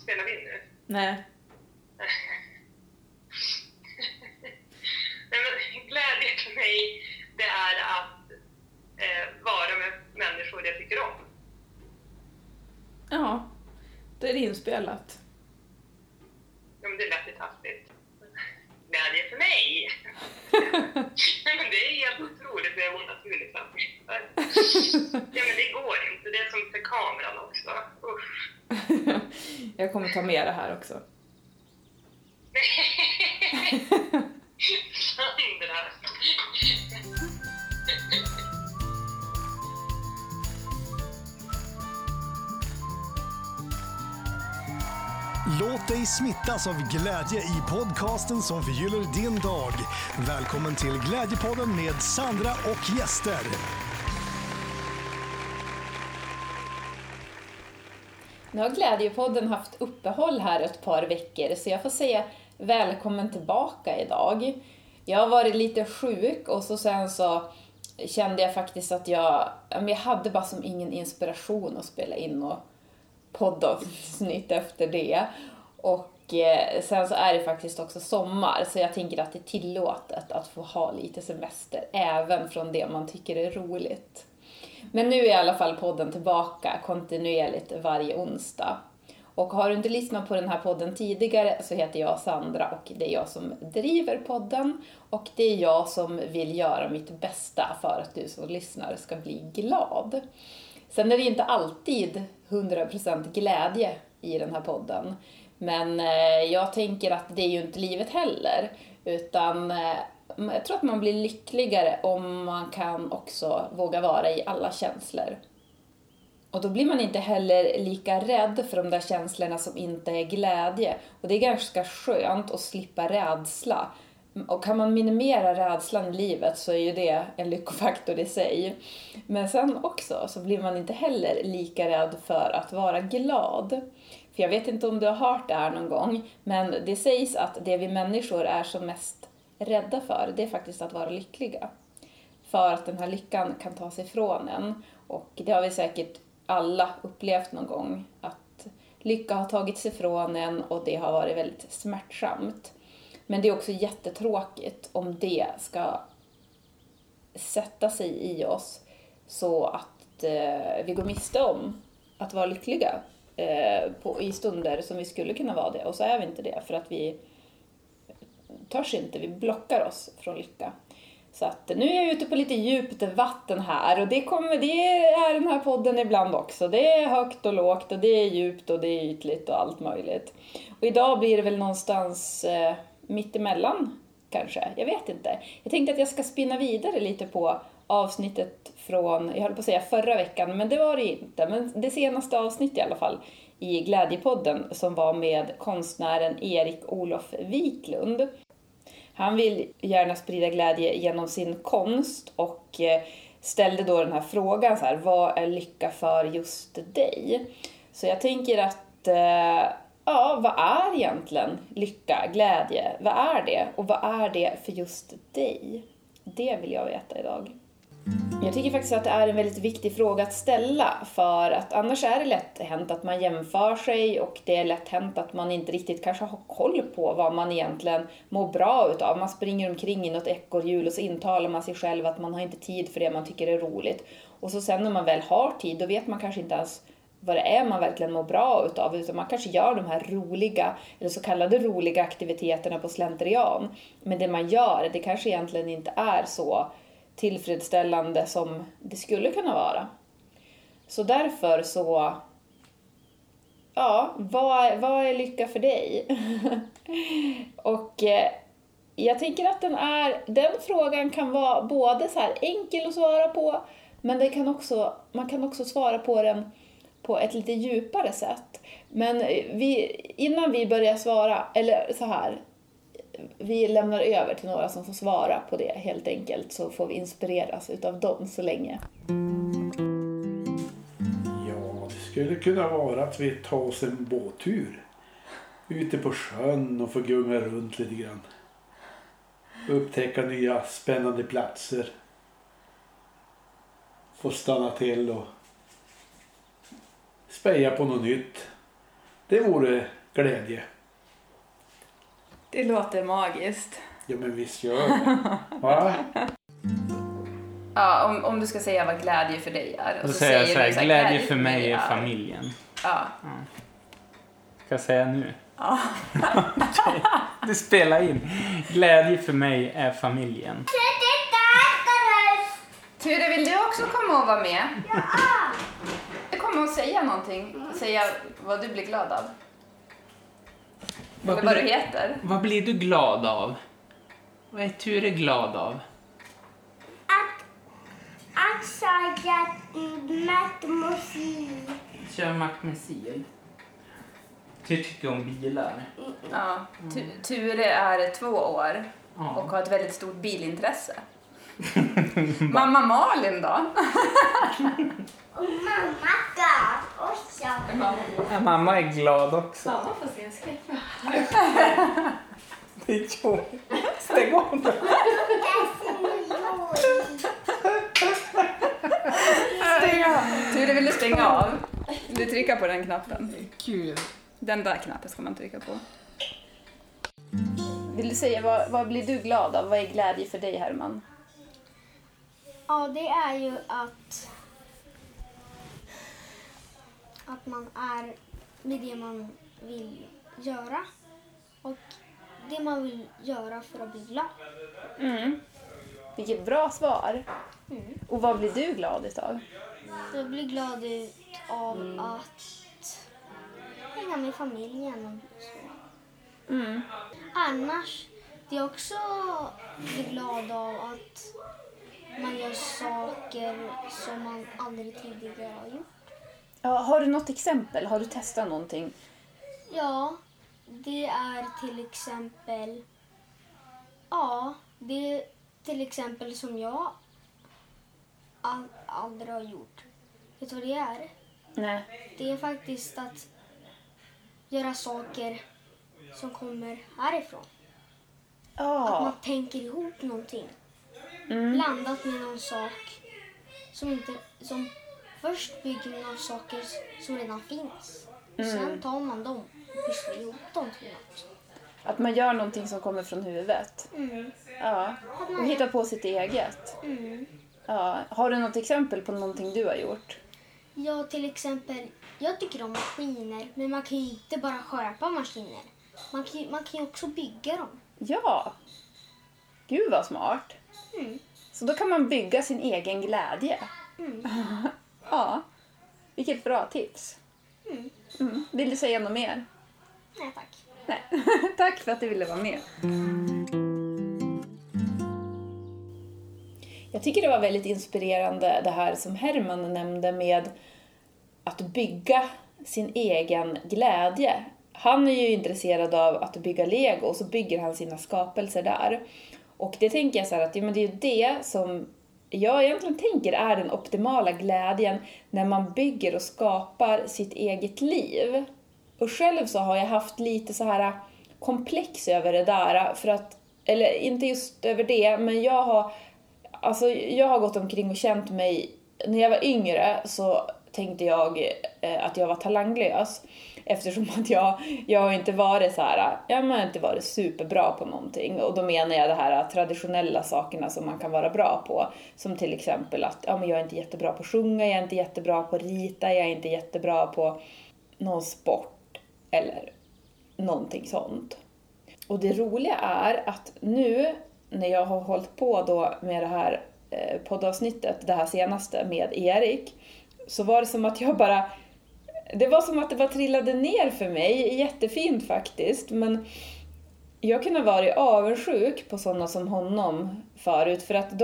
spelar vi nu? Nej. Nej, men glädje för mig, det är att vara med människor jag tycker om. Ja, det är inspelat. Ja, men det lät ju taskigt. Glädje för mig! Men det är helt otroligt, det är onaturligt. Ja, men det går inte. Det är som för kameran också. Usch. Jag kommer ta med det här också. Sandra. Låt dig smittas av glädje i podcasten som förgyller din dag. Välkommen till Glädjepodden med Sandra och gäster. Nu har Glädjepodden haft uppehåll här ett par veckor, så jag får säga välkommen tillbaka idag. Jag har varit lite sjuk och sen så kände jag faktiskt att jag hade bara som ingen inspiration att spela in och poddavsnitt efter det. Och sen så är det faktiskt också sommar, så jag tänker att det är tillåtet att få ha lite semester även från det man tycker är roligt. Men nu är i alla fall podden tillbaka kontinuerligt varje onsdag. Och har du inte lyssnat på den här podden tidigare så heter jag Sandra och det är jag som driver podden. Och det är jag som vill göra mitt bästa för att du som lyssnar ska bli glad. Sen är det inte alltid 100% glädje i den här podden. Men jag tänker att det är ju inte livet heller. Utan jag tror att man blir lyckligare om man kan också våga vara i alla känslor. Och då blir man inte heller lika rädd för de där känslorna som inte är glädje. Och det är ganska skönt att slippa rädsla. Och kan man minimera rädslan i livet så är ju det en lyckofaktor i sig. Men sen också så blir man inte heller lika rädd för att vara glad. För jag vet inte om du har hört det här någon gång. Men det sägs att det vi människor är som mest rädda för, det är faktiskt att vara lyckliga. För att den här lyckan kan ta sig ifrån en. Och det har vi säkert alla upplevt någon gång. Att lycka har tagits ifrån en och det har varit väldigt smärtsamt. Men det är också jättetråkigt om det ska sätta sig i oss så att vi går miste om att vara lyckliga i stunder som vi skulle kunna vara det. Och så är vi inte det för att vi törs inte, vi blockar oss från lycka. Så att nu är jag ute på lite djupt vatten här och det är den här podden ibland också. Det är högt och lågt och det är djupt och det är ytligt och allt möjligt. Och idag blir det väl någonstans mittemellan kanske, jag vet inte. Jag tänkte att jag ska spinna vidare lite på avsnittet från, jag höll på att säga förra veckan, men det var det inte. Men det senaste avsnittet i alla fall i Glädjepodden som var med konstnären Erik Olof Wiklund. Han vill gärna sprida glädje genom sin konst och ställde då den här frågan så här, vad är lycka för just dig? Så jag tänker att vad är egentligen lycka, glädje? Vad är det? Och vad är det för just dig? Det vill jag veta idag. Jag tycker faktiskt att det är en väldigt viktig fråga att ställa, för att annars är det lätt hänt att man jämför sig och det är lätt hänt att man inte riktigt kanske har koll på vad man egentligen mår bra utav. Man springer omkring i något ekorrhjul och så intalar man sig själv att man har inte tid för det man tycker är roligt. Och så sen när man väl har tid, då vet man kanske inte ens vad det är man verkligen mår bra utav, utan man kanske gör de här roliga eller så kallade roliga aktiviteterna på slentrian. Men det man gör, det kanske egentligen inte är så tillfredsställande som det skulle kunna vara. Så därför så, vad är lycka för dig? Och jag tänker att den frågan kan vara både så här enkel att svara på, men man kan också svara på den på ett lite djupare sätt. Men innan vi börjar svara, eller så här, vi lämnar över till några som får svara på det helt enkelt, så får vi inspireras utav dem så länge. Ja, det skulle kunna vara att vi tar oss en båttur ute på sjön och får gunga runt lite grann. Upptäcka nya spännande platser. Få stanna till och speja på något nytt. Det vore glädje. Det låter magiskt. Ja, men visst gör det. Va? Ja, om du ska säga vad glädje för dig är. Då säger jag så här, glädje för mig är familjen. Ja. Ska jag säga nu? Ja. Okej. Du spelar in. Glädje för mig är familjen. Ture, vill du också komma och vara med? Ja! Kom och säga någonting. Säga vad du blir glad av. Eller vad du heter. Vad blir du glad av? Vad är Ture glad av? Att köra matmusik. Kör matmusik. Ture tycker om bilar. Ja. Ture är 2 år Ja. och har ett väldigt stort bilintresse. Mamma Malin då? Och mamma gav också. Ja, mamma är glad också. Mamma får se en skräck. Det är jobbigt. Stäng av det. Ture, vill du stänga av? Vill du trycka på den knappen? Kul. Den där knappen ska man trycka på. Vill du säga, vad blir du glad av? Vad är glädje för dig, Herman? Ja, det är ju att man är med det man vill göra. Och det man vill göra för att bli glad. Mm. Vilket bra svar. Mm. Och vad blir du glad utav? Jag blir glad av att hänga med familjen och så. Mm. Annars, det är också glad av att man gör saker som man aldrig tidigare har gjort. Ja, har du något exempel? Har du testat någonting? Ja, det är till exempel... Ja, det är till exempel som jag aldrig har gjort. Vet du vad det är? Nej. Det är faktiskt att göra saker som kommer härifrån. Att Ja. man tänker ihop någonting. Mm. Blandat med någon sak som först bygger man av saker som redan finns. Sen tar man dem och pysslar ihop dem till något. Att man gör någonting som kommer från huvudet. Mm. Ja. Och hittar på sitt eget. Mm. Ja. Har du något exempel på någonting du har gjort? Ja, till exempel, jag tycker om maskiner, men man kan ju inte bara sköpa maskiner. Man kan ju också bygga dem. Ja. Gud vad smart. Mm. Så då kan man bygga sin egen glädje. Mm. Ja. Vilket bra tips. Mm. Mm. Vill du säga något mer? Nej, tack. Nej. Tack för att du ville vara med. Jag tycker det var väldigt inspirerande det här som Herman nämnde med att bygga sin egen glädje. Han är ju intresserad av att bygga Lego och så bygger han sina skapelser där. Och det tänker jag så här att men det är ju det som jag egentligen tänker är den optimala glädjen när man bygger och skapar sitt eget liv. Och själv så har jag haft lite så här komplex över det där för att, eller inte just över det, men jag har gått omkring och känt mig, när jag var yngre så tänkte jag att jag var talanglös. Eftersom att jag har inte varit så här, jag har inte varit superbra på någonting. Och då menar jag det här traditionella sakerna som man kan vara bra på. Som till exempel att men jag är inte jättebra på att sjunga, jag är inte jättebra på att rita, jag är inte jättebra på någon sport eller någonting sånt. Och det roliga är att nu när jag har hållit på då med det här poddavsnittet, det här senaste med Erik, så var det som att det var som att det bara trillade ner för mig, jättefint faktiskt, men jag kunde ha varit avundsjuk på sådana som honom förut, för att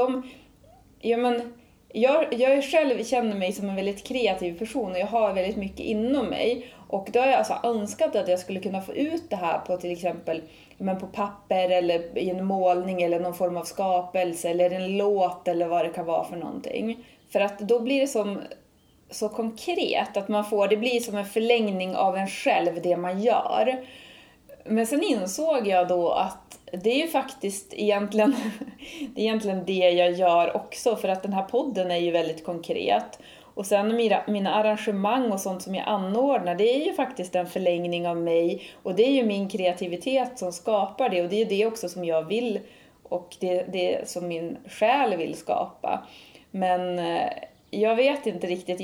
jag själv känner mig som en väldigt kreativ person och jag har väldigt mycket inom mig. Och då har jag alltså önskat att jag skulle kunna få ut det här på till exempel på papper eller i en målning eller någon form av skapelse eller en låt eller vad det kan vara för någonting. För att då blir det så konkret att det blir som en förlängning av en själv det man gör. Men sen insåg jag då att det är ju faktiskt egentligen det jag gör också, för att den här podden är ju väldigt konkret. Och sen mina arrangemang och sånt som jag anordnar, det är ju faktiskt en förlängning av mig. Och det är ju min kreativitet som skapar det. Och det är ju det också som jag vill. Och det som min själ vill skapa. Men jag vet inte riktigt.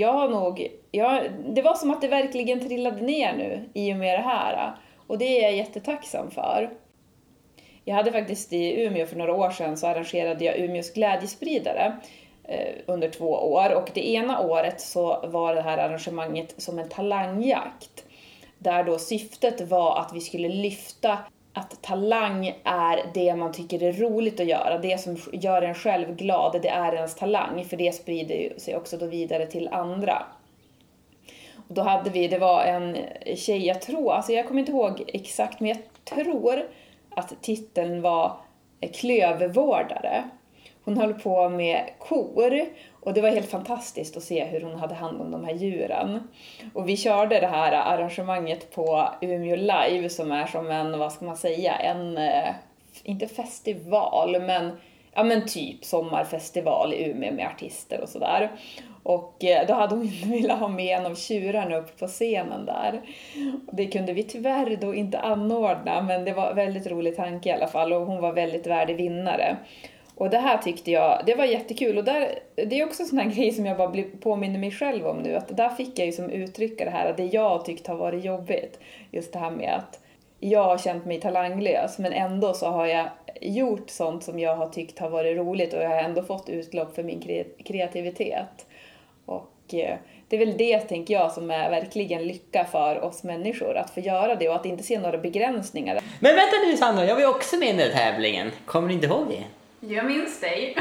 Det var som att det verkligen trillade ner nu i och med det här. Och det är jag jättetacksam för. Jag hade faktiskt i Umeå för några år sedan så arrangerade jag Umeås glädjespridare under 2 år. Och det ena året så var det här arrangemanget som en talangjakt. Där då syftet var att vi skulle lyfta att talang är det man tycker är roligt att göra. Det som gör en själv glad, det är ens talang. För det sprider sig också då vidare till andra. Och då hade det var en tjej, jag kommer inte ihåg exakt, men jag tror att titeln var klövvårdare. Hon höll på med kor och det var helt fantastiskt att se hur hon hade hand om de här djuren. Och vi körde det här arrangemanget på Umeå Live som är som en, inte festival, men typ sommarfestival i Umeå med artister och sådär. Och då hade hon inte velat ha med en av tjurarna upp på scenen där. Och det kunde vi tyvärr då inte anordna, men det var en väldigt rolig tanke i alla fall. Och hon var väldigt värdig vinnare. Och det här tyckte jag, det var jättekul. Och det är också en sån här grej som jag bara påminner mig själv om nu. Att där fick jag ju som uttrycka det här, att det jag tyckte har varit jobbigt. Just det här med att jag har känt mig talanglös, men ändå så har jag gjort sånt som jag har tyckt har varit roligt. Och jag har ändå fått utlopp för min kreativitet. Och det är väl det, tänker jag, som är verkligen lycka för oss människor. Att få göra det och att inte se några begränsningar. Men vänta nu Sandra, jag var ju också med i den här tävlingen. Kommer du inte ihåg det? Jag minns dig.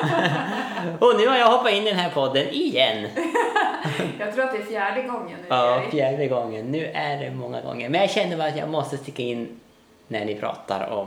Och nu har jag hoppat in i den här podden igen. Jag tror att det är 4:e gången nu. Ja, 4:e gången. Nu är det många gånger. Men jag känner bara att jag måste sticka in när ni pratar om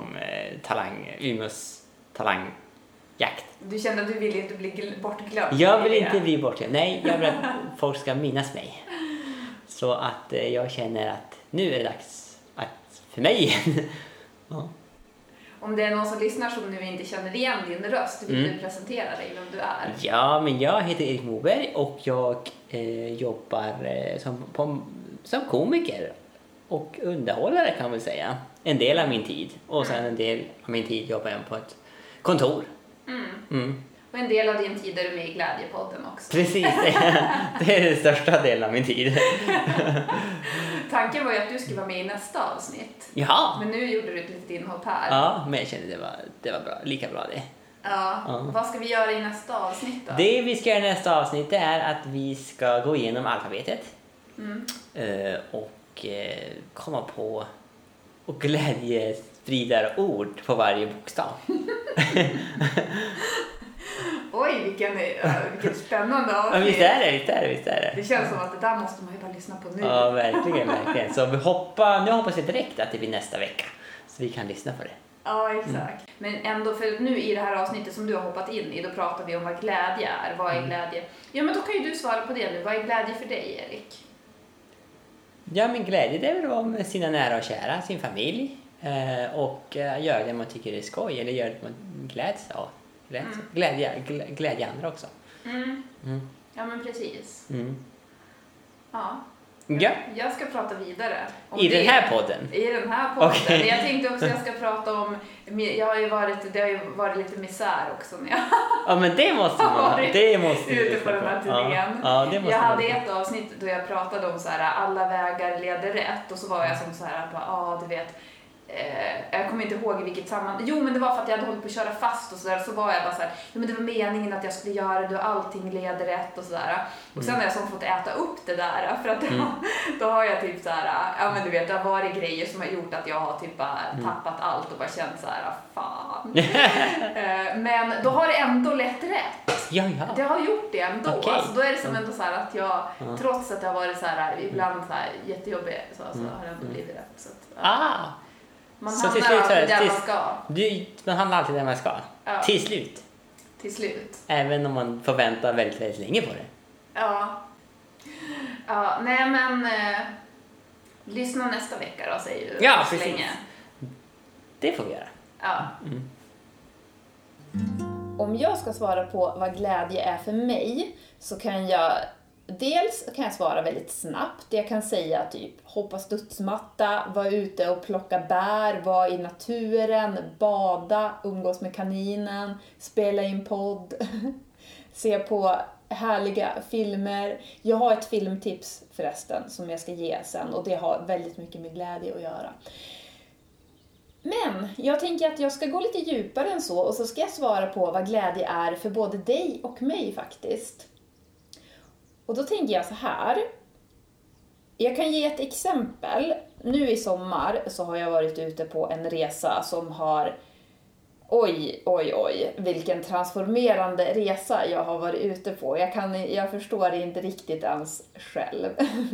Umeås talangjakt. Du känner att du vill inte bli bortglömd? Jag vill inte bli bortglömd. Nej, jag vill att folk ska minnas mig. Så att jag känner att nu är det dags för mig igen. Ja. Om det är någon som lyssnar som nu inte känner igen din röst, vill du presentera dig, vem du är? Ja, men jag heter Erik Moberg och jag jobbar som komiker och underhållare, kan man säga. En del av min tid. Och sen en del av min tid jobbar jag på ett kontor. Och en del av din tid är du med i Glädjepodden också. Precis, det är den största delen av min tid. Tanken var ju att du skulle vara med i nästa avsnitt. Jaha. Men nu gjorde du ett litet inhopp här. Ja, men jag kände det var bra, lika bra det. Ja. Vad ska vi göra i nästa avsnitt då? Det vi ska göra i nästa avsnitt är att vi ska gå igenom alfabetet. Och komma på och glädjesprida ord på varje bokstav. Oj, vilket spännande avsnitt. Ja, visst är det. Det känns som att det där måste man ju bara lyssna på nu. Ja, verkligen. Så nu hoppas jag direkt att det blir nästa vecka. Så vi kan lyssna på det. Ja, exakt. Men ändå, för nu i det här avsnittet som du har hoppat in i, då pratar vi om vad glädje är. Vad är glädje? Ja, men då kan ju du svara på det nu. Vad är glädje för dig, Erik? Ja, men glädje det är väl att vara med sina nära och kära, sin familj. Och göra det man tycker är skoj. Eller göra det man gläds av. Glädje andra också. Ja, men precis. Ja. Ja. Jag ska prata vidare om I den här podden? I den här podden. Okay. Men jag tänkte också att jag ska prata om... det har ju varit lite misär också när jag... Ja, men det måste man. Ute på den här tidningen. Ja, det måste jag hade ett avsnitt då jag pratade om så här, alla vägar leder rätt. Och så var jag som så här, du vet... jag kommer inte ihåg i vilket sammanhang. Jo, men det var för att jag hade hållit på att köra fast och sådär. Så var jag bara så här, ja, men det var meningen att jag skulle göra det och allting leder rätt och sådär. Och sen har jag som fått äta upp det där. För att då har jag typ så här, ja men du vet, det har varit grejer som har gjort att jag har typ bara tappat allt och bara känt så här, fan. Men då har det ändå lett rätt. Ja. Det har gjort det ändå. Okay. Alltså, då är det som ändå så här att jag, trots att det har varit så här, ibland så här jättejobbigt, så har det ändå blivit rätt. Så att, man så hamnar till alltid där man ska. Man hamnar alltid där man ska. Ja. Till slut. Även om man får vänta väldigt, väldigt länge på det. Ja, nej men lyssna nästa vecka då, säger du. Ja, precis. Länge. Det får vi göra. Ja. Om jag ska svara på vad glädje är för mig, så kan jag dels kan jag svara väldigt snabbt. Jag kan säga typ hoppa studsmatta, vara ute och plocka bär, vara i naturen, bada, umgås med kaninen, spela in podd, se på härliga filmer. Jag har ett filmtips förresten som jag ska ge sen och det har väldigt mycket med glädje att göra. Men jag tänker att jag ska gå lite djupare än så och så ska jag svara på vad glädje är för både dig och mig faktiskt. Och då tänker jag så här. Jag kan ge ett exempel. Nu i sommar så har jag varit ute på en resa som har... Oj, vilken transformerande resa jag har varit ute på. Jag förstår det inte riktigt ens själv.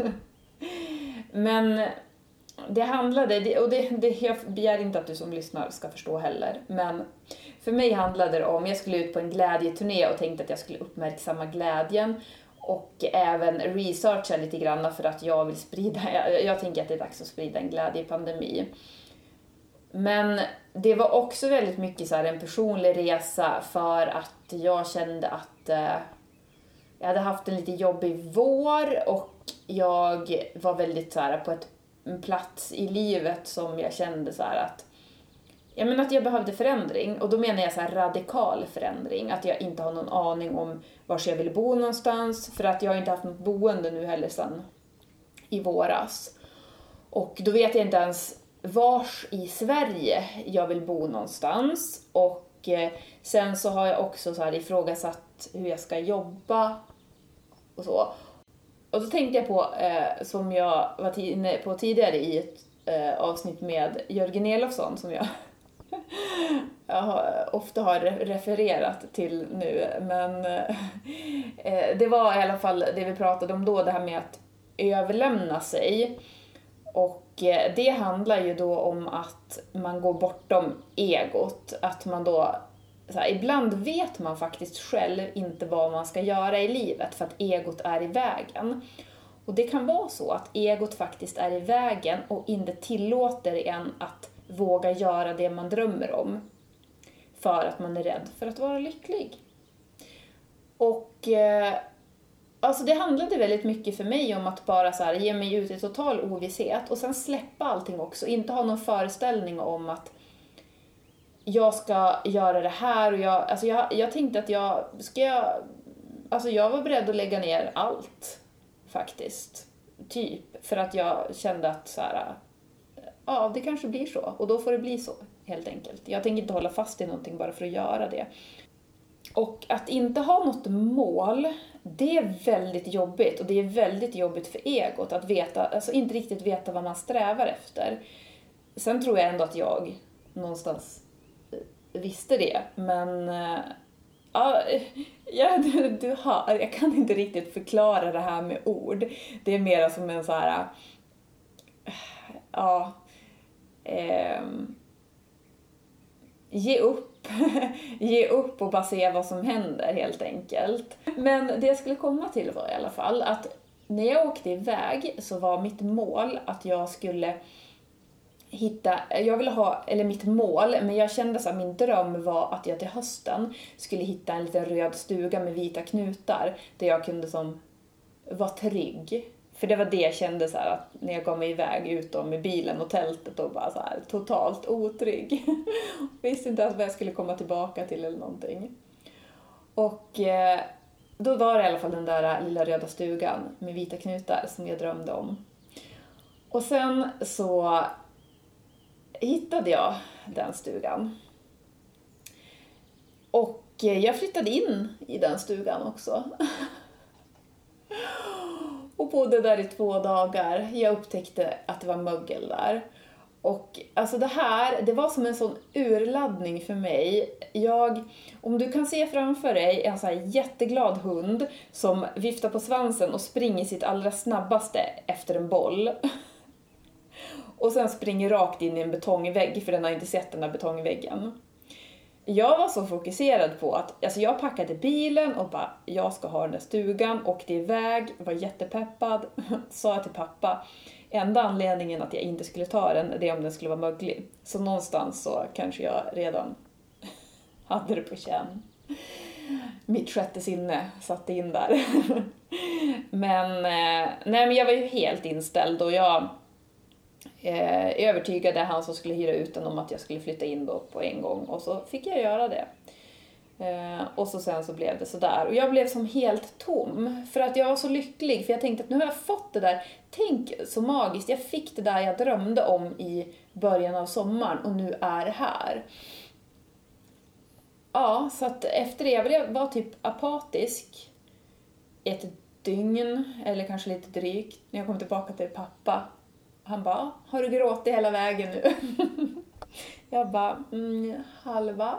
Men det handlade, och jag begär inte att du som lyssnar ska förstå heller, men för mig handlade det om, jag skulle ut på en glädjeturné och tänkte att jag skulle uppmärksamma glädjen och även researcha lite grann för att jag tänker att det är dags att sprida en glädjepandemi. Men det var också väldigt mycket så här en personlig resa för att jag kände att jag hade haft en lite jobbig vår och jag var väldigt så här på en plats i livet som jag kände så här att jag behövde förändring. Och då menar jag så här radikal förändring. Att jag inte har någon aning om var jag vill bo någonstans. För att jag har inte haft något boende nu heller sedan i våras. Och då vet jag inte ens vars i Sverige jag vill bo någonstans. Och sen så har jag också så här ifrågasatt hur jag ska jobba och så. Och då tänkte jag på, som jag var inne på tidigare i ett avsnitt med Jörgen Elofsson som jag ofta har refererat till nu. Men det var i alla fall det vi pratade om då, det här med att överlämna sig. Och det handlar ju då om att man går bortom egot. Att man då, så här, ibland vet man faktiskt själv inte vad man ska göra i livet för att egot är i vägen. Och det kan vara så att egot faktiskt är i vägen och inte tillåter en att våga göra det man drömmer om. För att man är rädd för att vara lycklig. Och alltså det handlade väldigt mycket för mig om att bara så här, ge mig ut i total ovisshet och sen släppa allting också. Inte ha någon föreställning om att jag ska göra det här. Och jag tänkte att jag var beredd att lägga ner allt faktiskt. Typ för att jag kände att så här, ja, det kanske blir så. Och då får det bli så, helt enkelt. Jag tänker inte hålla fast i någonting bara för att göra det. Och att inte ha något mål, det är väldigt jobbigt. Och det är väldigt jobbigt för egot att veta, alltså inte riktigt veta vad man strävar efter. Sen tror jag ändå att jag någonstans visste det. Men ja, du hör, jag kan inte riktigt förklara det här med ord. Det är mer som en så här, ge upp och bara se vad som händer helt enkelt. Men det jag skulle komma till var i alla fall att när jag åkte iväg så var mitt mål att jag skulle mitt mål, men jag kände att min dröm var att jag till hösten skulle hitta en liten röd stuga med vita knutar där jag kunde vara trygg. För det var det jag kände så här, att när jag gav mig iväg utom i bilen och tältet och bara så här totalt otrygg. Visste inte ens vad jag skulle komma tillbaka till eller någonting. Och då var det i alla fall den där lilla röda stugan med vita knutar som jag drömde om. Och sen så hittade jag den stugan. Och jag flyttade in i den stugan också. Och bodde där i 2 dagar. Jag upptäckte att det var mögel där. Och alltså det var som en sån urladdning för mig. Om du kan se framför dig en så här jätteglad hund som viftar på svansen och springer sitt allra snabbaste efter en boll. Och sen springer rakt in i en betongvägg, för den har inte sett den där betongväggen. Jag var så fokuserad på att jag packade bilen och bara, jag ska ha den där stugan, åkte iväg, var jättepeppad, sa till pappa. Enda anledningen att jag inte skulle ta den, det är om den skulle vara möglig. Så någonstans så kanske jag redan hade det på känn. mitt sjätte sinne satte in där. Men jag var ju helt inställd och jag övertygade han som skulle hyra ut den om att jag skulle flytta in då på en gång. Och så fick jag göra det. Och så sen så blev det sådär. Och jag blev som helt tom. För att jag var så lycklig. För jag tänkte att nu har jag fått det där. Tänk så magiskt. Jag fick det där jag drömde om i början av sommaren. Och nu är det här. Ja, så att efter det jag var typ apatisk. Ett dygn. Eller kanske lite drygt. När jag kom tillbaka till pappa. Han bara, har du gråtit hela vägen nu? Jag bara, halva.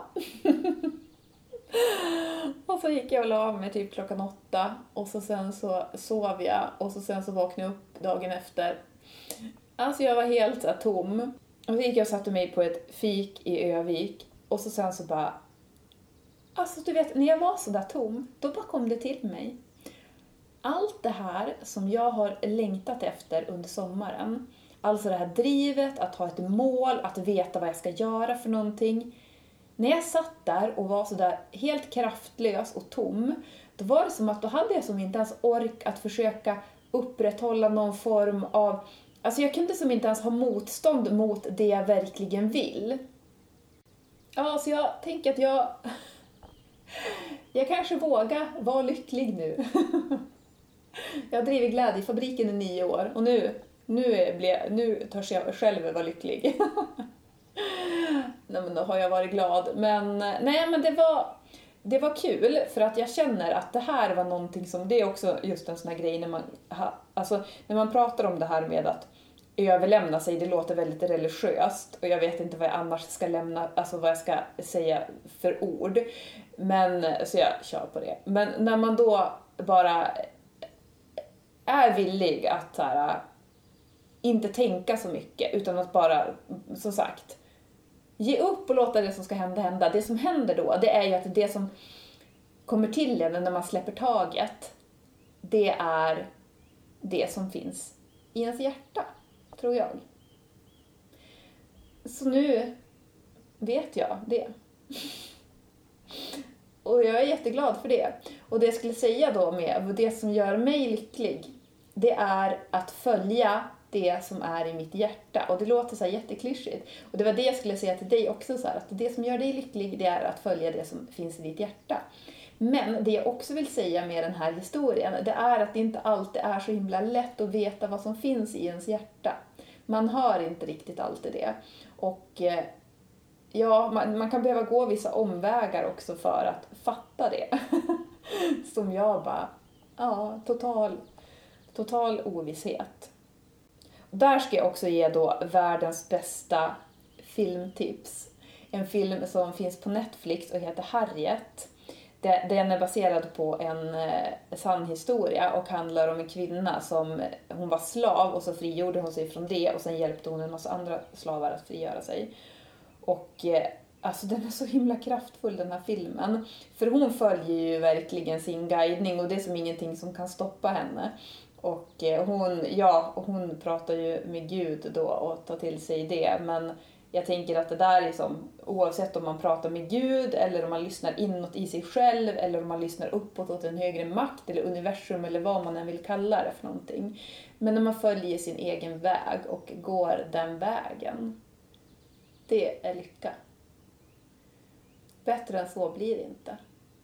Och så gick jag och la mig typ 8:00 och så sen så sov jag och så sen så vaknade jag upp dagen efter. Alltså jag var helt så tom. Och så gick jag och satte mig på ett fik i Övik och så sen så bara, alltså du vet, när jag var så där tom, då bara kom det till mig. Allt det här som jag har längtat efter under sommaren, alltså det här drivet, att ha ett mål, att veta vad jag ska göra för någonting. När jag satt där och var så där helt kraftlös och tom, då var det som att då hade jag som inte ens ork att försöka upprätthålla någon form av... Alltså jag kunde som inte ens ha motstånd mot det jag verkligen vill. Ja, så jag tänker att jag kanske vågar vara lycklig nu. Jag har drivit Glädjefabriken i 9 år och nu törs jag själv vara lycklig. Nej, men då har jag varit glad. Men det var kul för att jag känner att det här var någonting som, det är också just en sån här grej när man pratar om det här med att överlämna sig, det låter väldigt religiöst och jag vet inte vad jag annars ska lämna, alltså vad jag ska säga för ord. Men så jag kör på det. Men när man då bara är villig att så här, inte tänka så mycket utan att bara, som sagt, ge upp och låta det som ska hända. Det som händer då, det är ju att det som kommer till en när man släpper taget, det är det som finns i ens hjärta, tror jag. Så nu vet jag det. Och jag är jätteglad för det. Och det jag skulle säga då med det som gör mig lycklig, det är att följa det som är i mitt hjärta. Och det låter så här jätteklyschigt. Och det var det jag skulle säga till dig också, så här, att det som gör dig lycklig, det är att följa det som finns i ditt hjärta. Men det jag också vill säga med den här historien, det är att det inte alltid är så himla lätt att veta vad som finns i ens hjärta. Man hör inte riktigt alltid det. Och ja, man kan behöva gå vissa omvägar också för att fatta det. Som jag bara, ja, total ovisshet. Där ska jag också ge då världens bästa filmtips. En film som finns på Netflix och heter Harriet. Den är baserad på en sann historia och handlar om en kvinna som, hon var slav och så frigjorde hon sig från det och sen hjälpte hon en massa andra slavar att frigöra sig. Och alltså den är så himla kraftfull, den här filmen. För hon följer ju verkligen sin guidning och det är som ingenting som kan stoppa henne. Och hon pratar ju med Gud då och tar till sig det. Men jag tänker att det där är som, oavsett om man pratar med Gud eller om man lyssnar inåt i sig själv eller om man lyssnar uppåt åt en högre makt eller universum eller vad man än vill kalla det för någonting. Men när man följer sin egen väg och går den vägen, det är lycka. Bättre än så blir det inte.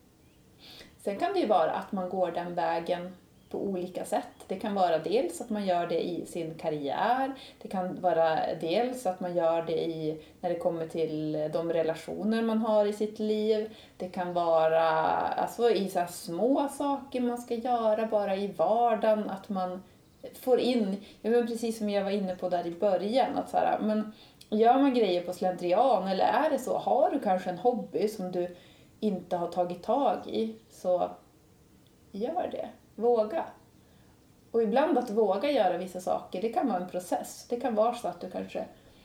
Sen kan det ju vara att man går den vägen på olika sätt. Det kan vara dels att man gör det i sin karriär. Det kan vara dels att man gör det när det kommer till de relationer man har i sitt liv. Det kan vara alltså, i så här små saker man ska göra bara i vardagen. Att man får in, men precis som jag var inne på där i början. Att så här, men gör man grejer på slentrian eller är det så? Har du kanske en hobby som du inte har tagit tag i, så gör det. Våga. Och ibland att våga göra vissa saker, det kan vara en process. Det kan vara så att du kanske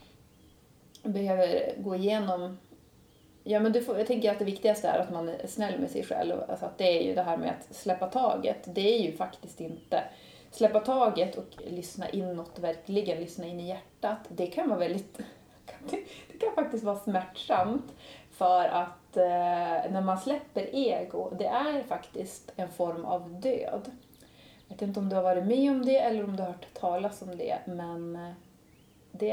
behöver gå igenom... Ja, men jag tänker att det viktigaste är att man är snäll med sig själv. Alltså att det är ju det här med att släppa taget. Det är ju faktiskt inte... Släppa taget och lyssna inåt, verkligen lyssna in i hjärtat. Det kan vara väldigt det kan faktiskt vara smärtsamt. För att när man släpper ego, det är faktiskt en form av död. Jag vet inte om du har varit med om det eller om du har hört talas om det. Men det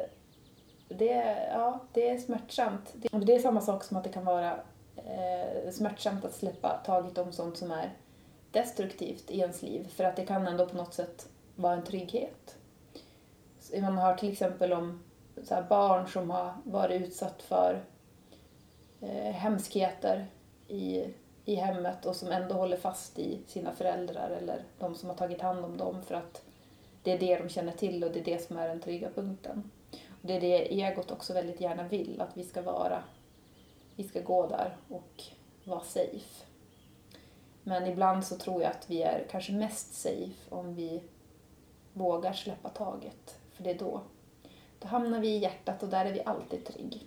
är smärtsamt. Det är samma sak som att det kan vara smärtsamt att släppa taget om sånt som är destruktivt i ens liv. För att det kan ändå på något sätt vara en trygghet. Man har till exempel om så här barn som har varit utsatt för hemskheter i hemmet och som ändå håller fast i sina föräldrar eller de som har tagit hand om dem för att det är det de känner till och det är det som är den trygga punkten. Och det är det egot också väldigt gärna vill, att vi ska gå där och vara safe. Men ibland så tror jag att vi är kanske mest safe om vi vågar släppa taget. För det är då hamnar vi i hjärtat och där är vi alltid trygg.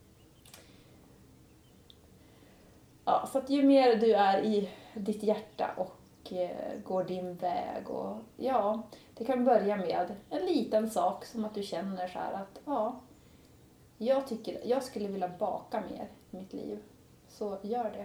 Ja, så att ju mer du är i ditt hjärta och går din väg och ja, det kan börja med en liten sak som att du känner så här att ja, jag skulle vilja baka mer i mitt liv. Så gör det.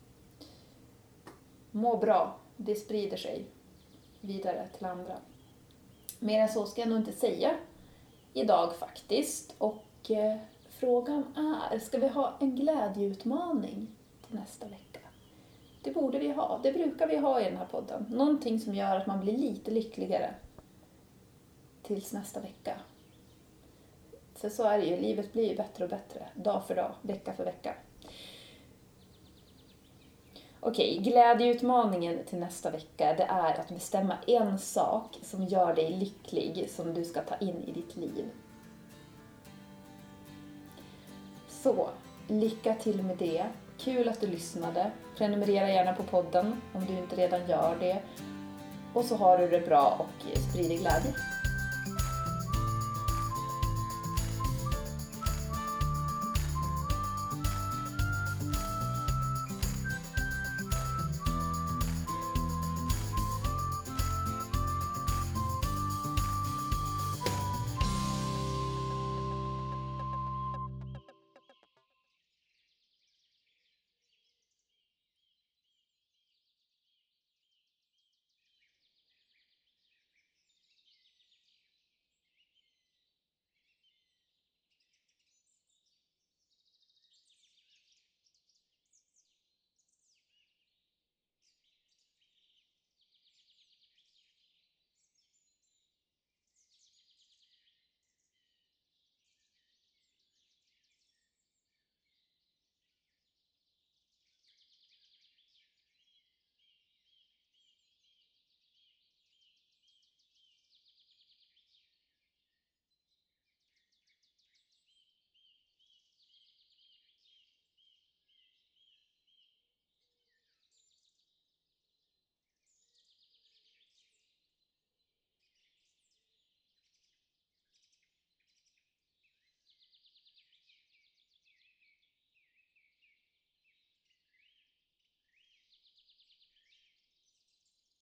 Må bra, det sprider sig vidare till andra. Mer än så ska jag nog inte säga idag faktiskt. Och frågan är, ska vi ha en glädjeutmaning till nästa vecka? Det borde vi ha. Det brukar vi ha i den här podden. Någonting som gör att man blir lite lyckligare tills nästa vecka. För så är det ju. Livet blir ju bättre och bättre. Dag för dag, vecka för vecka. Okej, glädjeutmaningen till nästa vecka, det är att bestämma en sak som gör dig lycklig som du ska ta in i ditt liv. Så, lycka till med det. Kul att du lyssnade. Prenumerera gärna på podden om du inte redan gör det. Och så har du det bra och sprider glädje.